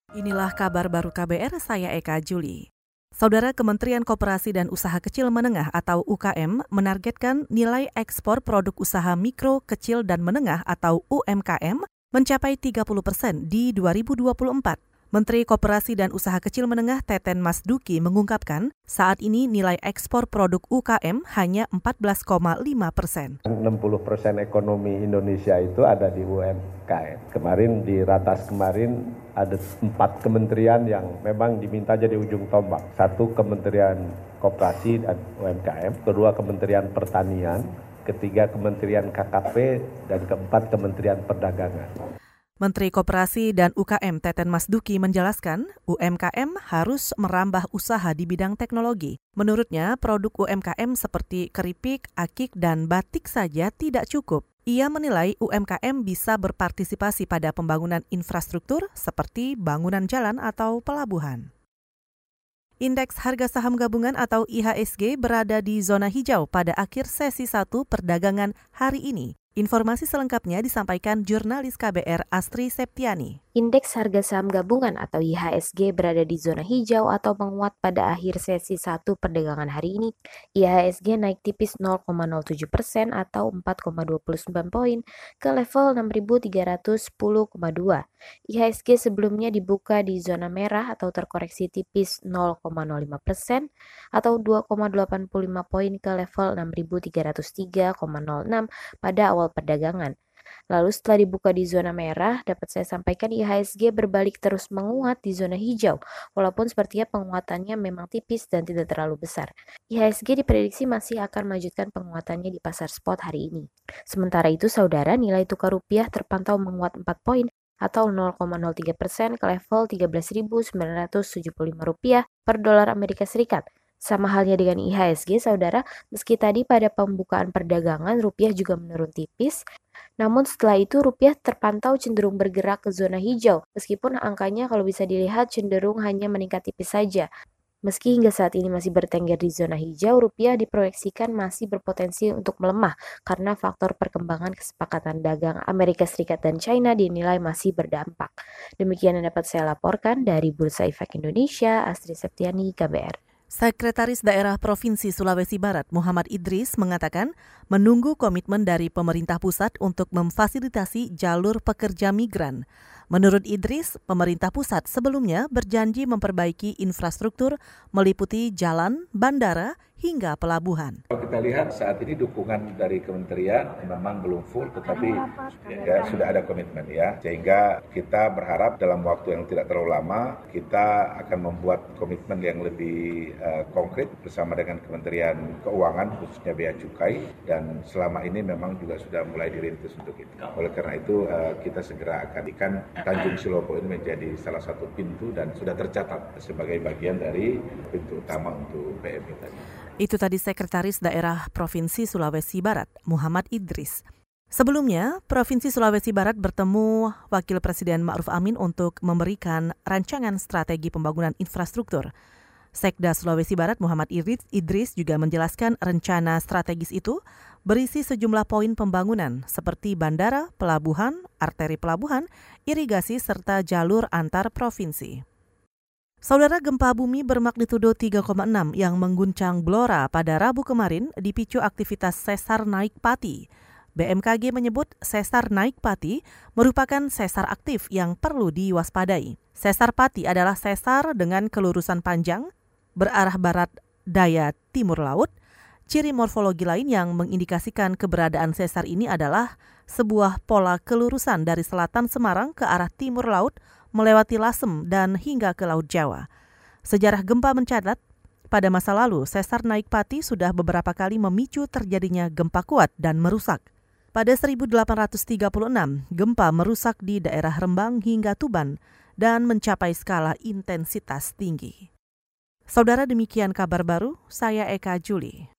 Inilah kabar baru KBR, saya Eka Juli. Saudara, Kementerian Koperasi dan Usaha Kecil Menengah atau UKM menargetkan nilai ekspor produk usaha mikro, kecil, dan menengah atau UMKM mencapai 30% di 2024. Menteri Koperasi dan Usaha Kecil Menengah Teten Mas Duki mengungkapkan saat ini nilai ekspor produk UKM hanya 14,5%. 60% ekonomi Indonesia itu ada di UMKM. Kemarin di Ratas kemarin ada 4 kementerian yang memang diminta jadi ujung tombak. 1 Kementerian Koperasi dan UMKM, kedua Kementerian Pertanian, ketiga Kementerian KKP, dan keempat Kementerian Perdagangan. Menteri Koperasi dan UKM Teten Mas Duki menjelaskan UMKM harus merambah usaha di bidang teknologi. Menurutnya, produk UMKM seperti keripik, akik, dan batik saja tidak cukup. Ia menilai UMKM bisa berpartisipasi pada pembangunan infrastruktur seperti bangunan jalan atau pelabuhan. Indeks harga saham gabungan atau IHSG berada di zona hijau pada akhir sesi 1 perdagangan hari ini. Informasi selengkapnya disampaikan jurnalis KBR Astri Septiani. Indeks harga saham gabungan atau IHSG berada di zona hijau atau menguat pada akhir sesi 1 perdagangan hari ini. IHSG naik tipis 0,07% atau 4,29 poin ke level 6.310,2. IHSG sebelumnya dibuka di zona merah atau terkoreksi tipis 0,05% atau 2,85 poin ke level 6.303,06 pada awal perdagangan. Lalu setelah dibuka di zona merah, dapat saya sampaikan IHSG berbalik terus menguat di zona hijau, walaupun sepertinya penguatannya memang tipis dan tidak terlalu besar. IHSG diprediksi masih akan melanjutkan penguatannya di pasar spot hari ini. Sementara itu, saudara, nilai tukar rupiah terpantau menguat 4 poin atau 0,03% ke level Rp13.975 per dolar Amerika Serikat. Sama halnya dengan IHSG, saudara, meski tadi pada pembukaan perdagangan rupiah juga menurun tipis, namun setelah itu rupiah terpantau cenderung bergerak ke zona hijau, meskipun angkanya kalau bisa dilihat cenderung hanya meningkat tipis saja. Meski hingga saat ini masih bertengger di zona hijau, rupiah diproyeksikan masih berpotensi untuk melemah karena faktor perkembangan kesepakatan dagang Amerika Serikat dan China dinilai masih berdampak. Demikian yang dapat saya laporkan dari Bursa Efek Indonesia, Astri Septiani, KBR. Sekretaris Daerah Provinsi Sulawesi Barat Muhammad Idris mengatakan menunggu komitmen dari pemerintah pusat untuk memfasilitasi jalur pekerja migran. Menurut Idris, pemerintah pusat sebelumnya berjanji memperbaiki infrastruktur meliputi jalan, bandara, hingga pelabuhan. Kalau kita lihat saat ini dukungan dari kementerian memang belum full, tetapi ya, sudah ada komitmen ya. Sehingga kita berharap dalam waktu yang tidak terlalu lama kita akan membuat komitmen yang lebih konkret bersama dengan Kementerian Keuangan khususnya Bea Cukai, dan selama ini memang juga sudah mulai dirintis untuk itu. Oleh karena itu kita segera akan Tanjung Silopo ini menjadi salah satu pintu dan sudah tercatat sebagai bagian dari pintu utama untuk PMI tadi. Itu tadi Sekretaris Daerah Provinsi Sulawesi Barat, Muhammad Idris. Sebelumnya, Provinsi Sulawesi Barat bertemu Wakil Presiden Ma'ruf Amin untuk memberikan rancangan strategi pembangunan infrastruktur. Sekda Sulawesi Barat Muhammad Idris juga menjelaskan rencana strategis itu berisi sejumlah poin pembangunan seperti bandara, pelabuhan, arteri pelabuhan, irigasi, serta jalur antar provinsi. Saudara, gempa bumi bermagnitudo 3,6 yang mengguncang Blora pada Rabu kemarin dipicu aktivitas sesar naik pati. BMKG menyebut sesar naik pati merupakan sesar aktif yang perlu diwaspadai. Sesar pati adalah sesar dengan kelurusan panjang berarah barat daya timur laut. Ciri morfologi lain yang mengindikasikan keberadaan sesar ini adalah sebuah pola kelurusan dari selatan Semarang ke arah timur laut melewati Lasem dan hingga ke Laut Jawa. Sejarah gempa mencatat, pada masa lalu sesar naik pati sudah beberapa kali memicu terjadinya gempa kuat dan merusak. Pada 1836, gempa merusak di daerah Rembang hingga Tuban dan mencapai skala intensitas tinggi. Saudara, demikian kabar baru, saya Eka Juli.